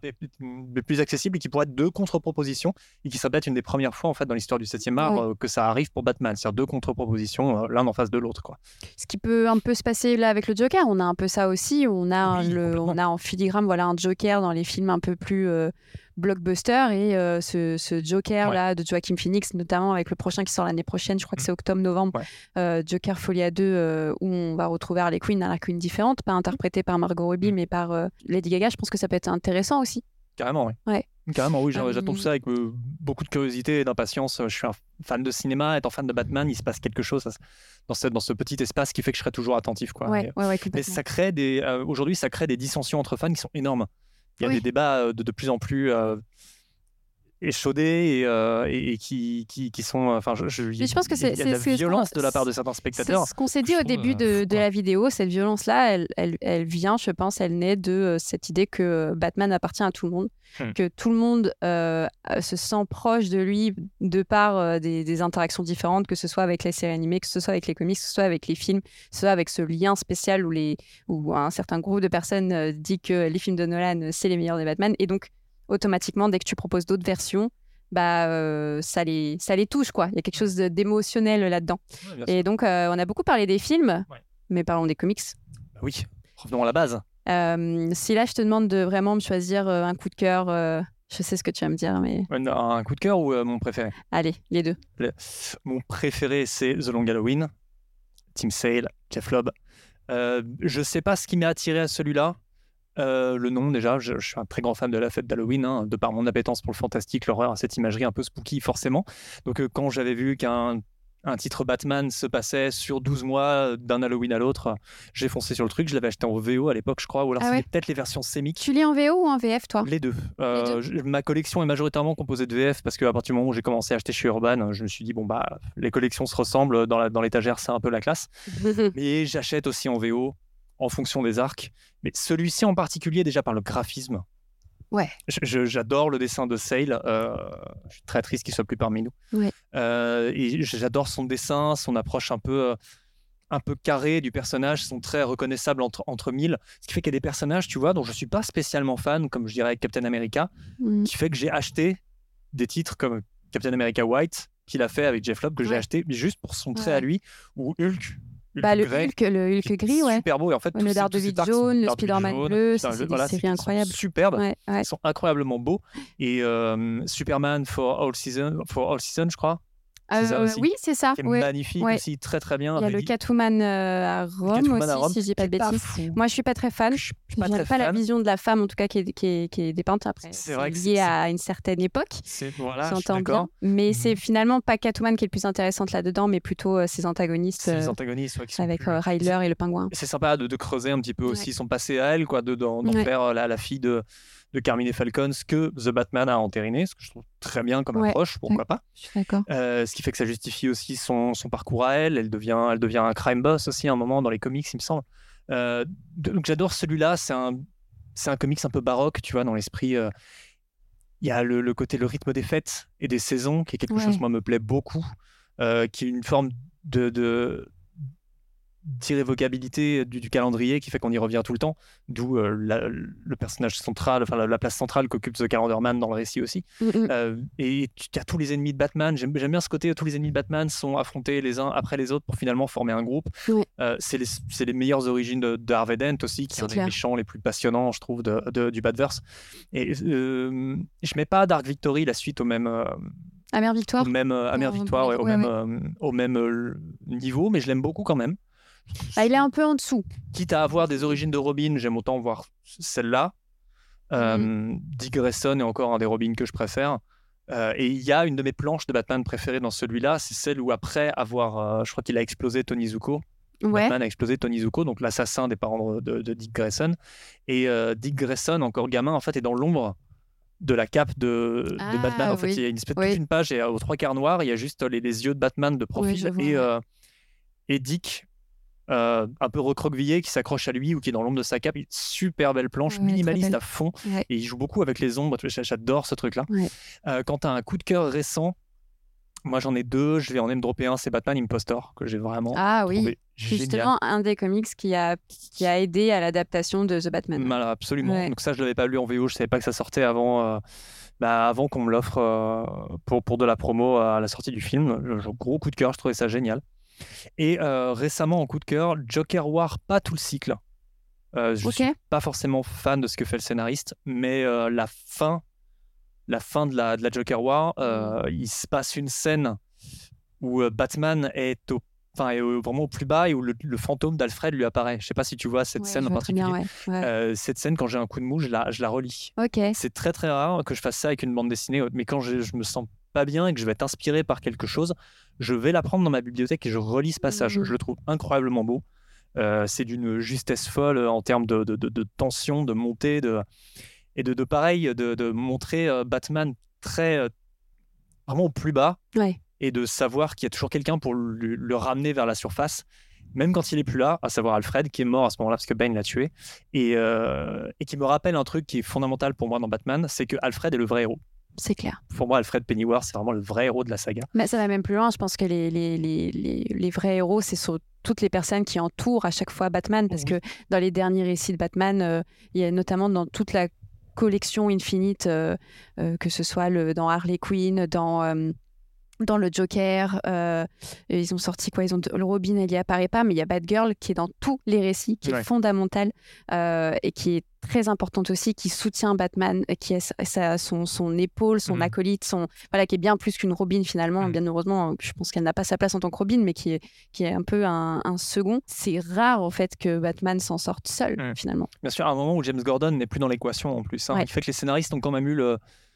B: plus accessible, et qui pourrait être 2 contre-propositions, et qui serait peut-être une des premières fois en fait dans l'histoire du 7e art que ça arrive pour Batman, c'est-à-dire 2 contre-propositions, l'un en face de l'autre, quoi.
A: Ce qui peut un peu se passer là avec le Joker, on a un peu ça aussi, on a en filigrane un Joker dans les films un peu plus blockbuster, et ce Joker là de Joaquin Phoenix, notamment avec le prochain qui sort l'année prochaine, je crois que c'est octobre-novembre, Joker Folia 2, où on va retrouver Harley Quinn différente, pas interprétée par Margot Robbie mais par Lady Gaga. Je pense que ça peut être intéressant aussi.
B: Carrément, oui. Carrément, oui, j'attends tout ça avec beaucoup de curiosité et d'impatience. Je suis un fan de cinéma, étant fan de Batman, il se passe quelque chose dans ce petit espace qui fait que je serai toujours attentif, quoi. Mais ça crée aujourd'hui, ça crée des dissensions entre fans qui sont énormes. Il y a des débats de plus en plus échaudés et qui sont.
A: Je pense que
B: il y a de la violence de la part de certains spectateurs.
A: C'est ce qu'on s'est dit au début de la vidéo. Cette violence-là, elle vient, je pense, elle naît de cette idée que Batman appartient à tout le monde, que tout le monde se sent proche de lui de par des interactions différentes, que ce soit avec les séries animées, que ce soit avec les comics, que ce soit avec les films, que ce soit avec ce lien spécial où un certain groupe de personnes dit que les films de Nolan, c'est les meilleurs des Batman. Et donc, automatiquement, dès que tu proposes d'autres versions, ça les touche, quoi. Il y a quelque chose d'émotionnel là-dedans. Et donc, on a beaucoup parlé des films, mais parlons des comics.
B: Oui, revenons à la base.
A: Si là, je te demande de vraiment me choisir un coup de cœur, je sais ce que tu vas me dire, mais...
B: Un coup de cœur ou mon préféré ?
A: Allez, les deux.
B: Mon préféré, c'est The Long Halloween, Tim Sale, Jeff Loeb. Je sais pas ce qui m'a attiré à celui-là. Le nom, déjà, je suis un très grand fan de la fête d'Halloween, de par mon appétence pour le fantastique, l'horreur, cette imagerie un peu spooky, forcément. Donc, quand j'avais vu qu'un titre Batman se passait sur 12 mois d'un Halloween à l'autre, j'ai foncé sur le truc. Je l'avais acheté en VO à l'époque, je crois, ou alors c'était peut-être les versions sémiques.
A: Tu lis en VO ou en VF, toi ?
B: Les deux. Ma collection est majoritairement composée de VF, parce qu'à partir du moment où j'ai commencé à acheter chez Urban, je me suis dit, les collections se ressemblent, dans l'étagère, c'est un peu la classe. Mais j'achète aussi en VO, en fonction des arcs. Mais celui-ci en particulier, déjà par le graphisme. J'adore le dessin de Sale. Je suis très triste qu'il soit plus parmi nous. Et j'adore son dessin, son approche un peu carrée du personnage, sont très reconnaissables entre mille. Ce qui fait qu'il y a des personnages, tu vois, dont je suis pas spécialement fan, comme je dirais avec Captain America, qui fait que j'ai acheté des titres comme Captain America White, qu'il a fait avec Jeff Loeb, que j'ai acheté juste pour son trait à lui, ou Hulk.
A: Le Hulk gris,
B: super beau, et en fait
A: le Daredevil jaune, le Spider-Man bleu, c'est des séries incroyables,
B: superbes, ils sont incroyablement beaux. Et Superman for All Season, je crois.
A: Oui, c'est ça.
B: Qui est magnifique aussi, très très bien.
A: Il y a le Catwoman à Rome aussi, si je dis pas de bêtises. Moi, je suis pas très fan. Je n'aime pas la vision de la femme, en tout cas, qui est dépeinte après.
B: C'est vrai que
A: lié à une certaine époque.
B: J'entends bien.
A: Mais c'est finalement pas Catwoman qui est le plus intéressante là-dedans, mais plutôt ses antagonistes. Avec Riddler et le Pingouin.
B: C'est sympa de creuser un petit peu aussi son passé à elle, quoi, d'en faire la fille de Carmine Falcon, ce que The Batman a entériné, ce que je trouve très bien comme approche, pourquoi pas.
A: Je suis d'accord.
B: Ce qui fait que ça justifie aussi son parcours à elle. Elle devient un crime boss aussi à un moment dans les comics, il me semble. Donc j'adore celui-là. C'est un comics un peu baroque, tu vois, dans l'esprit. Il y a le côté, le rythme des fêtes et des saisons, qui est quelque chose qui moi me plaît beaucoup. qui est une forme d'irrévocabilité du calendrier qui fait qu'on y revient tout le temps, d'où le personnage central, enfin la place centrale qu'occupe The Calendar Man dans le récit aussi. Et tu as tous les ennemis de Batman, j'aime bien ce côté, tous les ennemis de Batman sont affrontés les uns après les autres pour finalement former un groupe. C'est les meilleures origines de Harvey Dent aussi, qui est un des méchants les plus passionnants, je trouve, du Batverse. Et je mets pas Dark Victory, la suite, au même...
A: Amère Victoire.
B: Au même niveau, mais je l'aime beaucoup quand même.
A: Il est un peu en dessous.
B: Quitte à avoir des origines de Robin, j'aime autant voir celle-là. Dick Grayson est encore un des Robins que je préfère. Et il y a une de mes planches de Batman préférées dans celui-là, c'est celle où après avoir, je crois qu'il a explosé Tony Zuko. Batman a explosé Tony Zuko, donc l'assassin des parents de Dick Grayson. Et Dick Grayson, encore gamin, en fait, est dans l'ombre de la cape de Batman. En fait, il y a une espèce toute une page et aux 3/4 noir, il y a juste les yeux de Batman de profil et Dick un peu recroquevillé qui s'accroche à lui ou qui est dans l'ombre de sa cape. Super belle planche, minimaliste à fond, et il joue beaucoup avec les ombres. J'adore ce truc là. Quand tu as un coup de cœur récent, moi j'en ai deux, je vais en dropper un, c'est Batman Impostor, que j'ai vraiment trouvé génial.
A: Justement un des comics qui a aidé à l'adaptation de The Batman.
B: Absolument. Donc ça, je l'avais pas lu en VO, je savais pas que ça sortait avant qu'on me l'offre pour de la promo à la sortie du film. Gros coup de cœur, je trouvais ça génial. Et récemment, en coup de cœur, Joker War, pas tout le cycle. Je suis pas forcément fan de ce que fait le scénariste, mais la fin de la Joker War, il se passe une scène où Batman est vraiment au plus bas et où le fantôme d'Alfred lui apparaît. Je sais pas si tu vois cette scène en particulier. Cette scène, quand j'ai un coup de mou, je la relis. C'est très très rare que je fasse ça avec une bande dessinée, mais quand je me sens pas bien et que je vais être inspiré par quelque chose, je vais la prendre dans ma bibliothèque et je relis ce passage. Je le trouve incroyablement beau. C'est d'une justesse folle en termes de tension, de montée, et de montrer Batman très vraiment au plus bas, et de savoir qu'il y a toujours quelqu'un pour le ramener vers la surface, même quand il est plus là, à savoir Alfred, qui est mort à ce moment-là parce que Bane l'a tué, et qui me rappelle un truc qui est fondamental pour moi dans Batman, c'est que Alfred est le vrai héros.
A: C'est clair.
B: Pour moi, Alfred Pennyworth, c'est vraiment le vrai héros de la saga.
A: Mais ça va même plus loin. Je pense que les vrais héros, c'est sur toutes les personnes qui entourent à chaque fois Batman. Parce que dans les derniers récits de Batman, il y a notamment dans toute la collection Infinite, que ce soit dans Harley Quinn, dans le Joker, ils ont sorti le Robin, elle y apparaît pas, mais il y a Batgirl qui est dans tous les récits, qui est fondamentale et qui est très importante aussi, qui soutient Batman, qui a son épaule, son acolyte, qui est bien plus qu'une Robin finalement. Bien heureusement, je pense qu'elle n'a pas sa place en tant que Robin, mais qui est un peu un second. C'est rare en fait que Batman s'en sorte seul finalement.
B: Bien sûr, à un moment où James Gordon n'est plus dans l'équation en plus. Il fait que les scénaristes ont quand même eu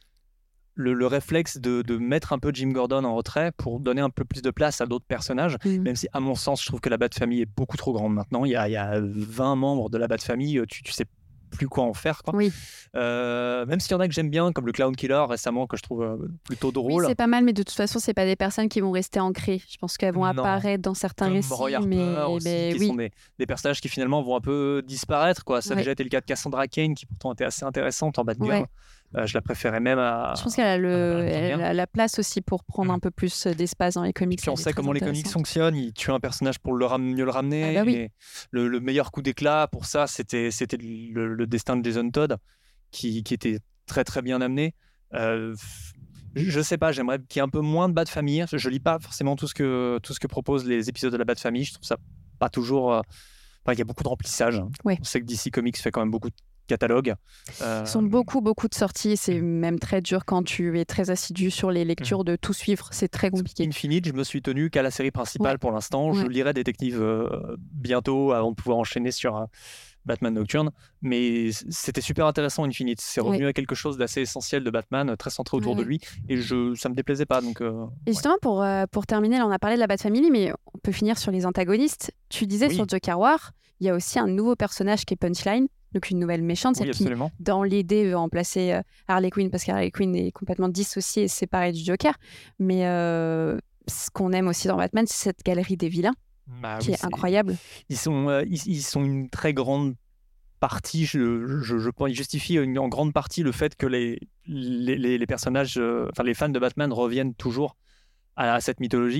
B: le réflexe de mettre un peu Jim Gordon en retrait pour donner un peu plus de place à d'autres personnages, même si à mon sens je trouve que la Bat-Famille est beaucoup trop grande maintenant. Il y a 20 membres de la Bat-Famille, tu sais plus quoi en faire, quoi. Même s'il y en a que j'aime bien, comme le Clown Killer récemment, que je trouve plutôt drôle.
A: C'est pas mal, mais de toute façon c'est pas des personnes qui vont rester ancrées. Je pense qu'elles vont apparaître dans certains récits,
B: qui sont des personnages qui finalement vont un peu disparaître, quoi. Ça a déjà été le cas de Cassandra Cain, qui pourtant était assez intéressante en Batgirl. Je la préférais même à...
A: Je pense qu'elle a la place aussi pour prendre un peu plus d'espace dans les comics.
B: Puis on sait comment les comics fonctionnent. Il tue un personnage pour mieux le ramener. Et le meilleur coup d'éclat pour ça, c'était le destin de Jason Todd, qui était très très bien amené. Je sais pas, j'aimerais qu'il y ait un peu moins de Bat-Famille. Je lis pas forcément tout ce que proposent les épisodes de la Bat-Famille. Je trouve ça pas toujours... il y a beaucoup de remplissage. On sait que DC Comics fait quand même beaucoup de catalogue.
A: Ils sont beaucoup de sorties. C'est même très dur quand tu es très assidu sur les lectures de tout suivre. C'est très compliqué.
B: Infinite, je me suis tenu qu'à la série principale pour l'instant. Je lirai Détective bientôt avant de pouvoir enchaîner sur Batman Nocturne. Mais c'était super intéressant, Infinite. C'est revenu à quelque chose d'assez essentiel de Batman, très centré autour de lui. Et ça me déplaisait pas. Donc,
A: et justement, pour terminer, là, on a parlé de la Bat-Family, mais on peut finir sur les antagonistes. Tu disais sur Joker War, il y a aussi un nouveau personnage qui est Punchline. Donc une nouvelle méchante, celle qui, dans l'idée, veut remplacer Harley Quinn, parce qu'Harley Quinn est complètement dissociée et séparée du Joker. Mais ce qu'on aime aussi dans Batman, c'est cette galerie des vilains, qui est incroyable.
B: Ils sont une très grande partie, je pense, ils justifient en grande partie le fait que les personnages, les fans de Batman reviennent toujours à cette mythologie.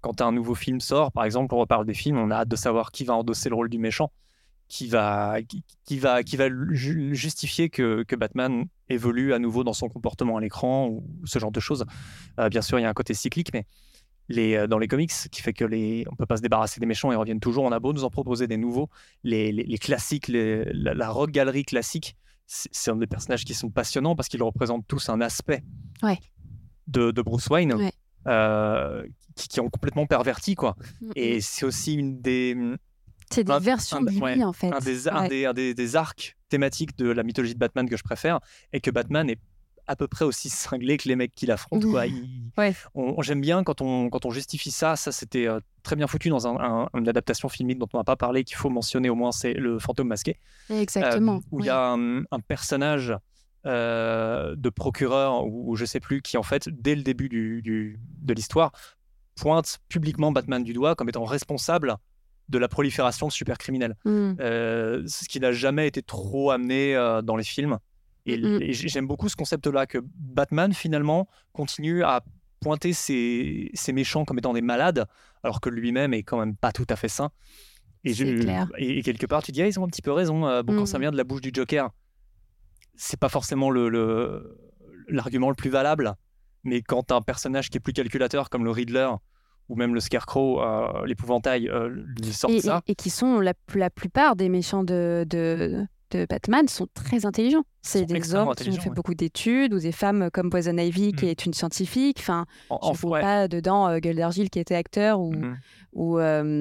B: quand un nouveau film sort, par exemple, on reparle des films, on a hâte de savoir qui va endosser le rôle du méchant, qui va justifier que Batman évolue à nouveau dans son comportement à l'écran ou ce genre de choses. Bien sûr, il y a un côté cyclique, mais dans les comics, qui fait que on peut pas se débarrasser des méchants, ils reviennent toujours. On a beau nous en proposer des nouveaux, les classiques, la rock galerie classique, c'est un des personnages qui sont passionnants parce qu'ils représentent tous un aspect de Bruce Wayne qui ont complètement perverti, quoi. Et c'est aussi
A: c'est des versions de lui, en fait.
B: Un des arcs thématiques de la mythologie de Batman que je préfère, et que Batman est à peu près aussi cinglé que les mecs qui l'affrontent, quoi. J'aime bien quand on justifie ça. Ça, c'était très bien foutu dans une adaptation filmique dont on n'a pas parlé, qu'il faut mentionner au moins, c'est Le Fantôme masqué.
A: Exactement.
B: Où il y a un personnage de procureur, ou je sais plus, qui en fait, dès le début de l'histoire, pointe publiquement Batman du doigt comme étant responsable de la prolifération de super-criminels. Ce qui n'a jamais été trop amené dans les films. Et j'aime beaucoup ce concept-là, que Batman, finalement, continue à pointer ces méchants comme étant des malades, alors que lui-même est quand même pas tout à fait sain. Et quelque part, tu dis, ils ont un petit peu raison. Quand ça vient de la bouche du Joker, c'est pas forcément l'argument le plus valable. Mais quand t'as un personnage qui est plus calculateur, comme le Riddler, ou même le Scarecrow, l'épouvantail, lui sortent ça.
A: Et qui sont la plupart des méchants de Batman sont très intelligents. C'est des hommes qui ont fait beaucoup d'études, ou des femmes comme Poison Ivy qui est une scientifique. Enfin, je ne vois pas dedans Gueule d'Argile qui était acteur ou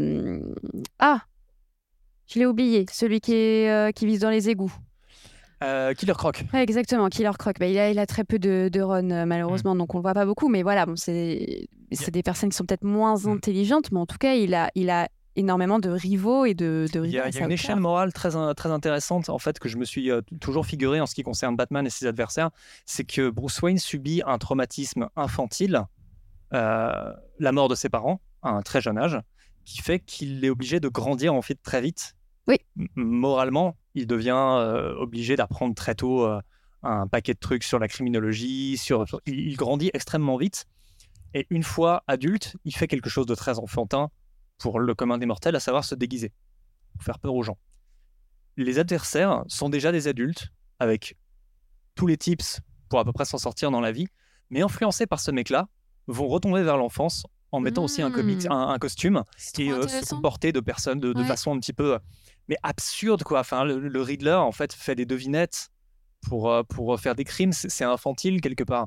A: je l'ai oublié, celui qui vise dans les égouts.
B: Killer Croc.
A: Ouais, exactement, Killer Croc. Il a très peu de run, malheureusement, donc on le voit pas beaucoup. Mais voilà, c'est des personnes qui sont peut-être moins intelligentes, mais en tout cas, il a énormément de rivaux et de rivaux.
B: Il y a une échelle morale très intéressante, en fait, que je me suis toujours figuré en ce qui concerne Batman et ses adversaires. C'est que Bruce Wayne subit un traumatisme infantile, la mort de ses parents à un très jeune âge, qui fait qu'il est obligé de grandir en fait très vite.
A: Oui.
B: Moralement, il devient obligé d'apprendre très tôt un paquet de trucs sur la criminologie. Il grandit extrêmement vite. Et une fois adulte, il fait quelque chose de très enfantin pour le commun des mortels, à savoir se déguiser, pour faire peur aux gens. Les adversaires sont déjà des adultes, avec tous les tips pour à peu près s'en sortir dans la vie, mais influencés par ce mec-là, vont retomber vers l'enfance en mettant aussi un costume et se comporter de façon un petit peu mais absurde, quoi. Enfin, le Riddler, en fait, fait des devinettes pour faire des crimes. C'est infantile, quelque part.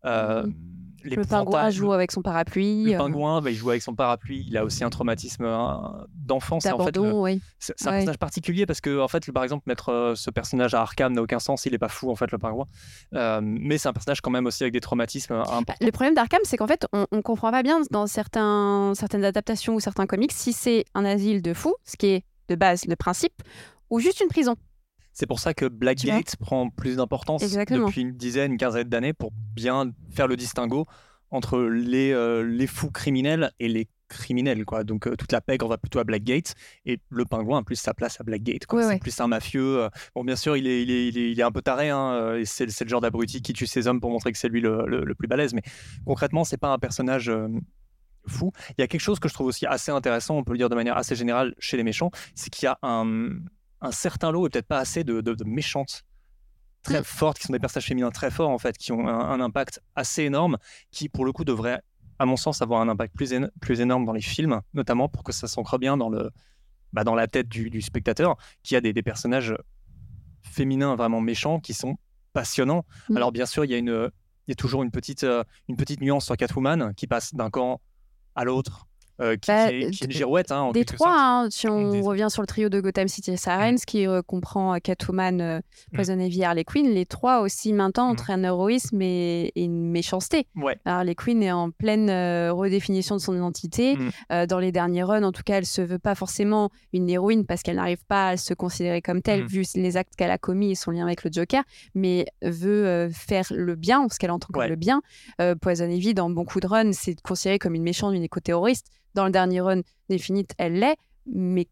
A: Le pingouin joue avec son parapluie.
B: Le pingouin, il joue avec son parapluie. Il a aussi un traumatisme d'enfance.
A: C'est
B: un personnage particulier parce que, en fait, par exemple, mettre ce personnage à Arkham n'a aucun sens. Il n'est pas fou, en fait, le pingouin. Mais c'est un personnage quand même aussi avec des traumatismes.
A: Le problème d'Arkham, c'est qu'en fait, on ne comprend pas bien dans certaines adaptations ou certains comics si c'est un asile de fous, ce qui est de base le principe, ou juste une prison.
B: C'est pour ça que Blackgate prend plus d'importance depuis une quinzaine d'années pour bien faire le distinguo entre les fous criminels et les criminels, quoi. Donc toute la pègre va plutôt à Blackgate et le pingouin a plus sa place à Blackgate, quoi. C'est plus un mafieux. Bon, bien sûr, il est un peu taré, hein, et c'est le genre d'abruti qui tue ses hommes pour montrer que c'est lui le plus balèze. Mais concrètement, c'est pas un personnage fou. Il y a quelque chose que je trouve aussi assez intéressant, on peut le dire de manière assez générale chez les méchants, c'est qu'il y a un certain lot, et peut-être pas assez, de méchantes très fortes, qui sont des personnages féminins très forts, en fait, qui ont un impact assez énorme, qui, pour le coup, devraient, à mon sens, avoir un impact plus énorme dans les films, notamment pour que ça s'ancre bien dans la tête du spectateur, qui a des personnages féminins vraiment méchants, qui sont passionnants. Alors, bien sûr, il y a toujours une petite nuance sur Catwoman, qui passe d'un camp à l'autre, qui est une girouette, en
A: des
B: quelque
A: trois,
B: sorte.
A: si on revient sur le trio de Gotham City Sirens, qui comprend Catwoman, Poison Ivy et Harley Quinn, les trois aussi maintenant entre un héroïsme et une méchanceté. Harley Quinn est en pleine redéfinition de son identité. Dans les derniers runs, en tout cas, elle se veut pas forcément une héroïne parce qu'elle n'arrive pas à se considérer comme telle, vu les actes qu'elle a commis et son lien avec le Joker, mais veut faire le bien, ce qu'elle entend comme le bien. Poison Ivy, dans beaucoup de runs, c'est considéré comme une méchante, une éco-terroriste. Dans le dernier run d'Infinite, elle l'est, mais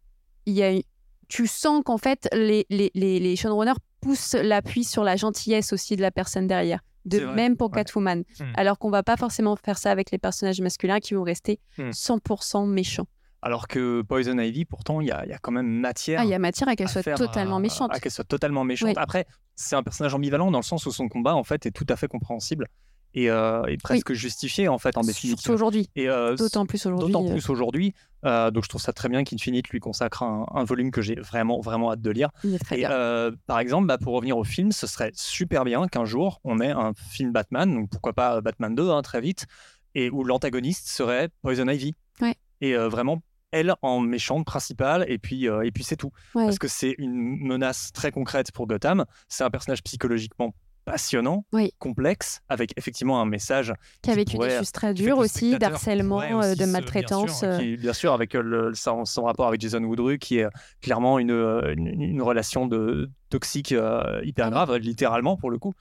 A: tu sens qu'en fait, les showrunners poussent l'appui sur la gentillesse aussi de la personne derrière. même pour Catwoman. Alors qu'on va pas forcément faire ça avec les personnages masculins qui vont rester 100% méchants.
B: Alors que Poison Ivy, pourtant, il y a quand même matière.
A: Il y a matière à qu'elle soit totalement méchante.
B: À qu'elle soit totalement méchante. Oui. Après, c'est un personnage ambivalent dans le sens où son combat, en fait, est tout à fait compréhensible et presque justifié, en fait, en définitive.
A: Surtout aujourd'hui. D'autant plus aujourd'hui.
B: Donc, je trouve ça très bien qu'Infinite lui consacre un volume que j'ai vraiment, vraiment hâte de lire.
A: Il est très bien.
B: Par exemple, pour revenir au film, ce serait super bien qu'un jour, on ait un film Batman, donc pourquoi pas Batman 2, très vite, et où l'antagoniste serait Poison Ivy.
A: Ouais.
B: Et vraiment, elle en méchante principale, et puis c'est tout.
A: Ouais.
B: Parce que c'est une menace très concrète pour Gotham. C'est un personnage psychologiquement passionnant, complexe, avec effectivement un message
A: qui a vécu des choses très dures aussi, d'harcèlement, de maltraitance.
B: Bien sûr, avec son rapport avec Jason Woodrue, qui est clairement une relation toxique hyper grave, littéralement pour le coup.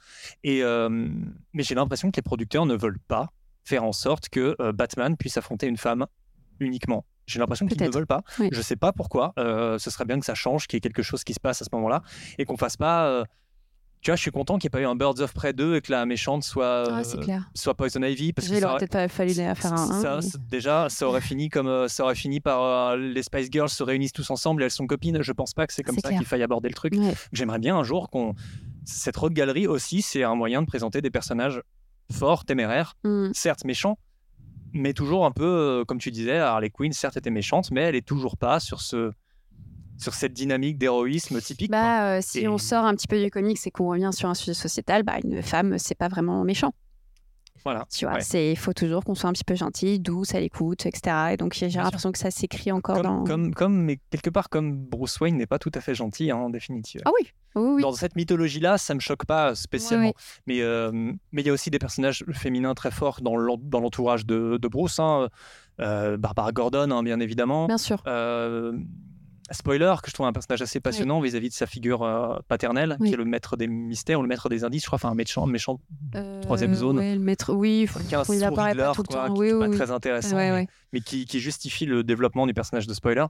B: Mais j'ai l'impression que les producteurs ne veulent pas faire en sorte que Batman puisse affronter une femme uniquement. J'ai l'impression qu'ils ne veulent pas. Je ne sais pas pourquoi. Ce serait bien que ça change, qu'il y ait quelque chose qui se passe à ce moment-là et qu'on ne fasse pas... Tu vois, je suis content qu'il n'y ait pas eu un Birds of Prey 2 et que la méchante soit Poison Ivy. Parce
A: il n'aurait peut-être pas fallu faire un.
B: Déjà, ça aurait fini par les Spice Girls se réunissent tous ensemble et elles sont copines. Je ne pense pas que c'est comme ça qu'il faille aborder le truc.
A: Ouais.
B: J'aimerais bien un jour cette road galerie aussi, c'est un moyen de présenter des personnages forts, téméraires, certes méchants, mais toujours un peu, comme tu disais, Harley Quinn, certes, était méchante, mais elle n'est toujours pas sur cette dynamique d'héroïsme typique.
A: Si on sort un petit peu du comics et qu'on revient sur un sujet sociétal, une femme, c'est pas vraiment méchant.
B: Voilà.
A: Tu vois, il faut toujours qu'on soit un petit peu gentil, douce, à l'écoute, etc. Et donc, j'ai l'impression que ça s'écrit encore
B: mais quelque part, comme Bruce Wayne n'est pas tout à fait gentil, en définitive.
A: Ah oui.
B: Dans cette mythologie-là, ça me choque pas spécialement. Mais il y a aussi des personnages féminins très forts dans l'entourage de Bruce. Barbara Gordon, bien évidemment.
A: Bien sûr.
B: Spoiler, que je trouve un personnage assez passionnant vis-à-vis de sa figure paternelle, qui est le maître des mystères ou le maître des indices, je crois, un méchant troisième zone.
A: Le maître, il apparaît pas tout le temps.
B: Qui est pas très intéressant, mais qui justifie le développement du personnage de Spoiler.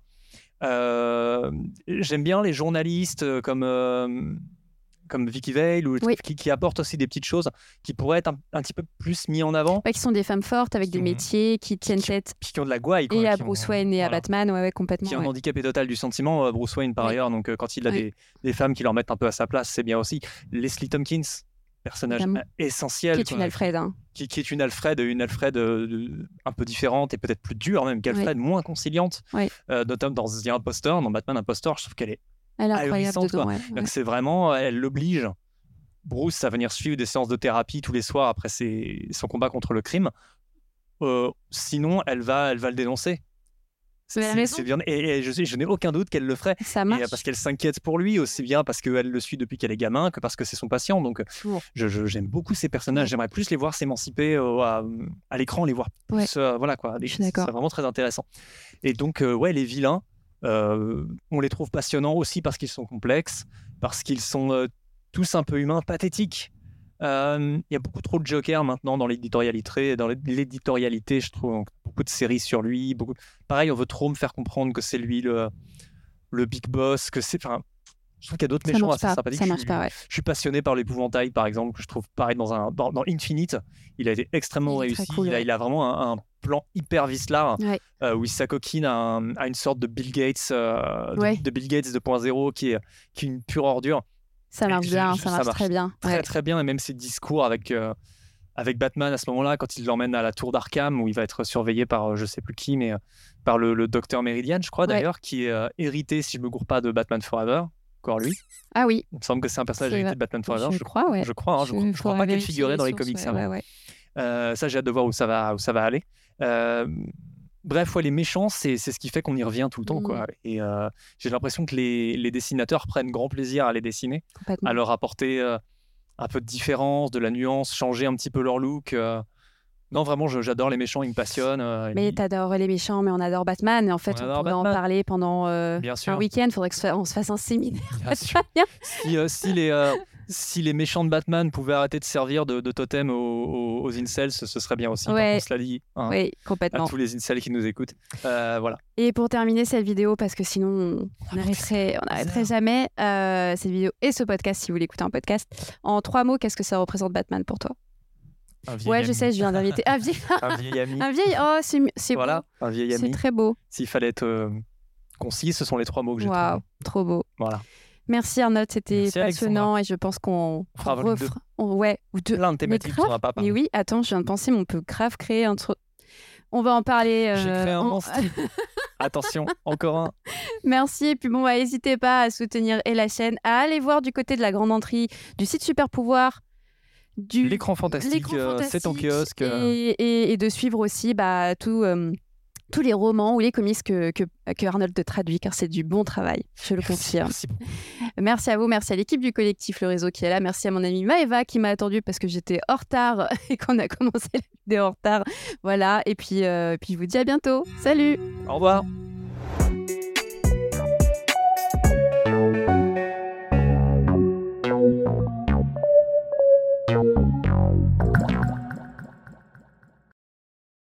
B: J'aime bien les journalistes comme Vicky Vale qui apportent aussi des petites choses qui pourraient être un petit peu plus mis en avant.
A: Qui sont des femmes fortes avec des métiers, qui tiennent tête.
B: Qui ont de la gouaille.
A: Et à Bruce Wayne et à Batman, complètement.
B: Qui ont un handicapé total du sentiment, Bruce Wayne par ailleurs. Donc quand il a des femmes qui leur mettent un peu à sa place, c'est bien aussi. Leslie Tompkins, personnage essentiel.
A: Qui est une Alfred.
B: Qui est une Alfred un peu différente et peut-être plus dure même qu'Alfred, moins conciliante. Notamment dans The Impostor, dans Batman Impostor, je trouve qu'elle est
A: incroyable dedans,
B: Donc c'est vraiment, elle l'oblige Bruce à venir suivre des séances de thérapie tous les soirs après son combat contre le crime. Sinon, elle va le dénoncer. C'est bien, et je n'ai aucun doute qu'elle le ferait.
A: Ça marche.
B: Parce qu'elle s'inquiète pour lui, aussi bien parce qu'elle le suit depuis qu'elle est gamin que parce que c'est son patient. Donc j'aime beaucoup ces personnages. J'aimerais plus les voir s'émanciper à l'écran, les voir plus. Voilà quoi. C'est vraiment très intéressant. Et donc les vilains. On les trouve passionnants aussi parce qu'ils sont complexes, parce qu'ils sont tous un peu humains, pathétiques. Il y a beaucoup trop de Joker maintenant dans l'éditorialité, je trouve beaucoup de séries sur lui. Pareil, on veut trop me faire comprendre que c'est lui le big boss, que c'est... Je trouve qu'il y a d'autres méchants assez sympathiques.
A: Ça marche pas,
B: Je suis passionné par l'épouvantail, par exemple, que je trouve pareil dans Infinite. Il a été extrêmement réussi.
A: Cool,
B: il a vraiment un plan hyper vicelard où il s'acoquine à une sorte de Bill Gates, de Bill Gates 2.0 qui est une pure ordure.
A: Ça marche bien, ça marche très bien.
B: Très bien, et même ses discours avec Batman à ce moment-là, quand il l'emmène à la tour d'Arkham, où il va être surveillé par je sais plus qui, mais par le docteur Meridian, je crois d'ailleurs, qui est hérité, si je me gourre pas, de Batman Forever. Encore lui.
A: Ah oui.
B: Il me semble que c'est un personnage hérité de Batman Forever.
A: Je crois,
B: Je crois pas qu'il figurait dans les comics avant. Ça, j'ai hâte de voir où ça va aller. Bref, les méchants, c'est ce qui fait qu'on y revient tout le temps, quoi. Et j'ai l'impression que les dessinateurs prennent grand plaisir à les dessiner, à leur apporter un peu de différence, de la nuance, changer un petit peu leur look. Non, vraiment, j'adore les méchants, ils me passionnent.
A: Mais t'adores les méchants, mais on adore Batman. Et en fait, on pourrait en parler pendant un week-end. Il faudrait qu'on se fasse un séminaire.
B: Bien sûr. Si les méchants de Batman pouvaient arrêter de servir de totem aux incels, ce serait bien aussi.
A: Ouais.
B: On se l'a dit
A: Oui,
B: à
A: complètement.
B: tous les incels qui nous écoutent. Voilà.
A: Et pour terminer cette vidéo, parce que sinon on n'arrêterait jamais, cette vidéo et ce podcast, si vous voulez écouter un podcast, en 3 mots, qu'est-ce que ça représente Batman pour toi?
B: Un vieil
A: Ouais,
B: ami.
A: je sais, je viens d'inviter.
B: Un vieil ami.
A: Un vieil. Oh, c'est
B: Voilà,
A: beau.
B: un vieil ami.
A: C'est très beau.
B: S'il fallait être concis, ce sont les 3 mots que j'ai
A: Waouh,
B: trouvés.
A: trop beau.
B: Voilà.
A: Merci Arnaud, c'était
B: Merci,
A: passionnant et je pense qu'on
B: fera volume 2.
A: Ouais, ou deux.
B: Plein de thématiques dont on n'a pas parlé.
A: Mais oui, attends, je viens de penser, mais on peut grave créer un truc. On va en parler.
B: J'ai créé un monstre. Attention, encore un.
A: Merci. Et puis bon, n'hésitez pas à soutenir et la chaîne, à aller voir du côté de la grande entrée du site Super Pouvoir.
B: L'écran fantastique, c'est ton kiosque.
A: Et de suivre aussi tous les romans ou les comics que Arnold te traduit, car c'est du bon travail, je le confirme.
B: Merci beaucoup.
A: Merci à vous, merci à l'équipe du collectif Le Réseau qui est là, merci à mon amie Maëva qui m'a attendu parce que j'étais en retard et qu'on a commencé la vidéo en retard. Voilà, et puis je vous dis à bientôt. Salut!
B: Au revoir!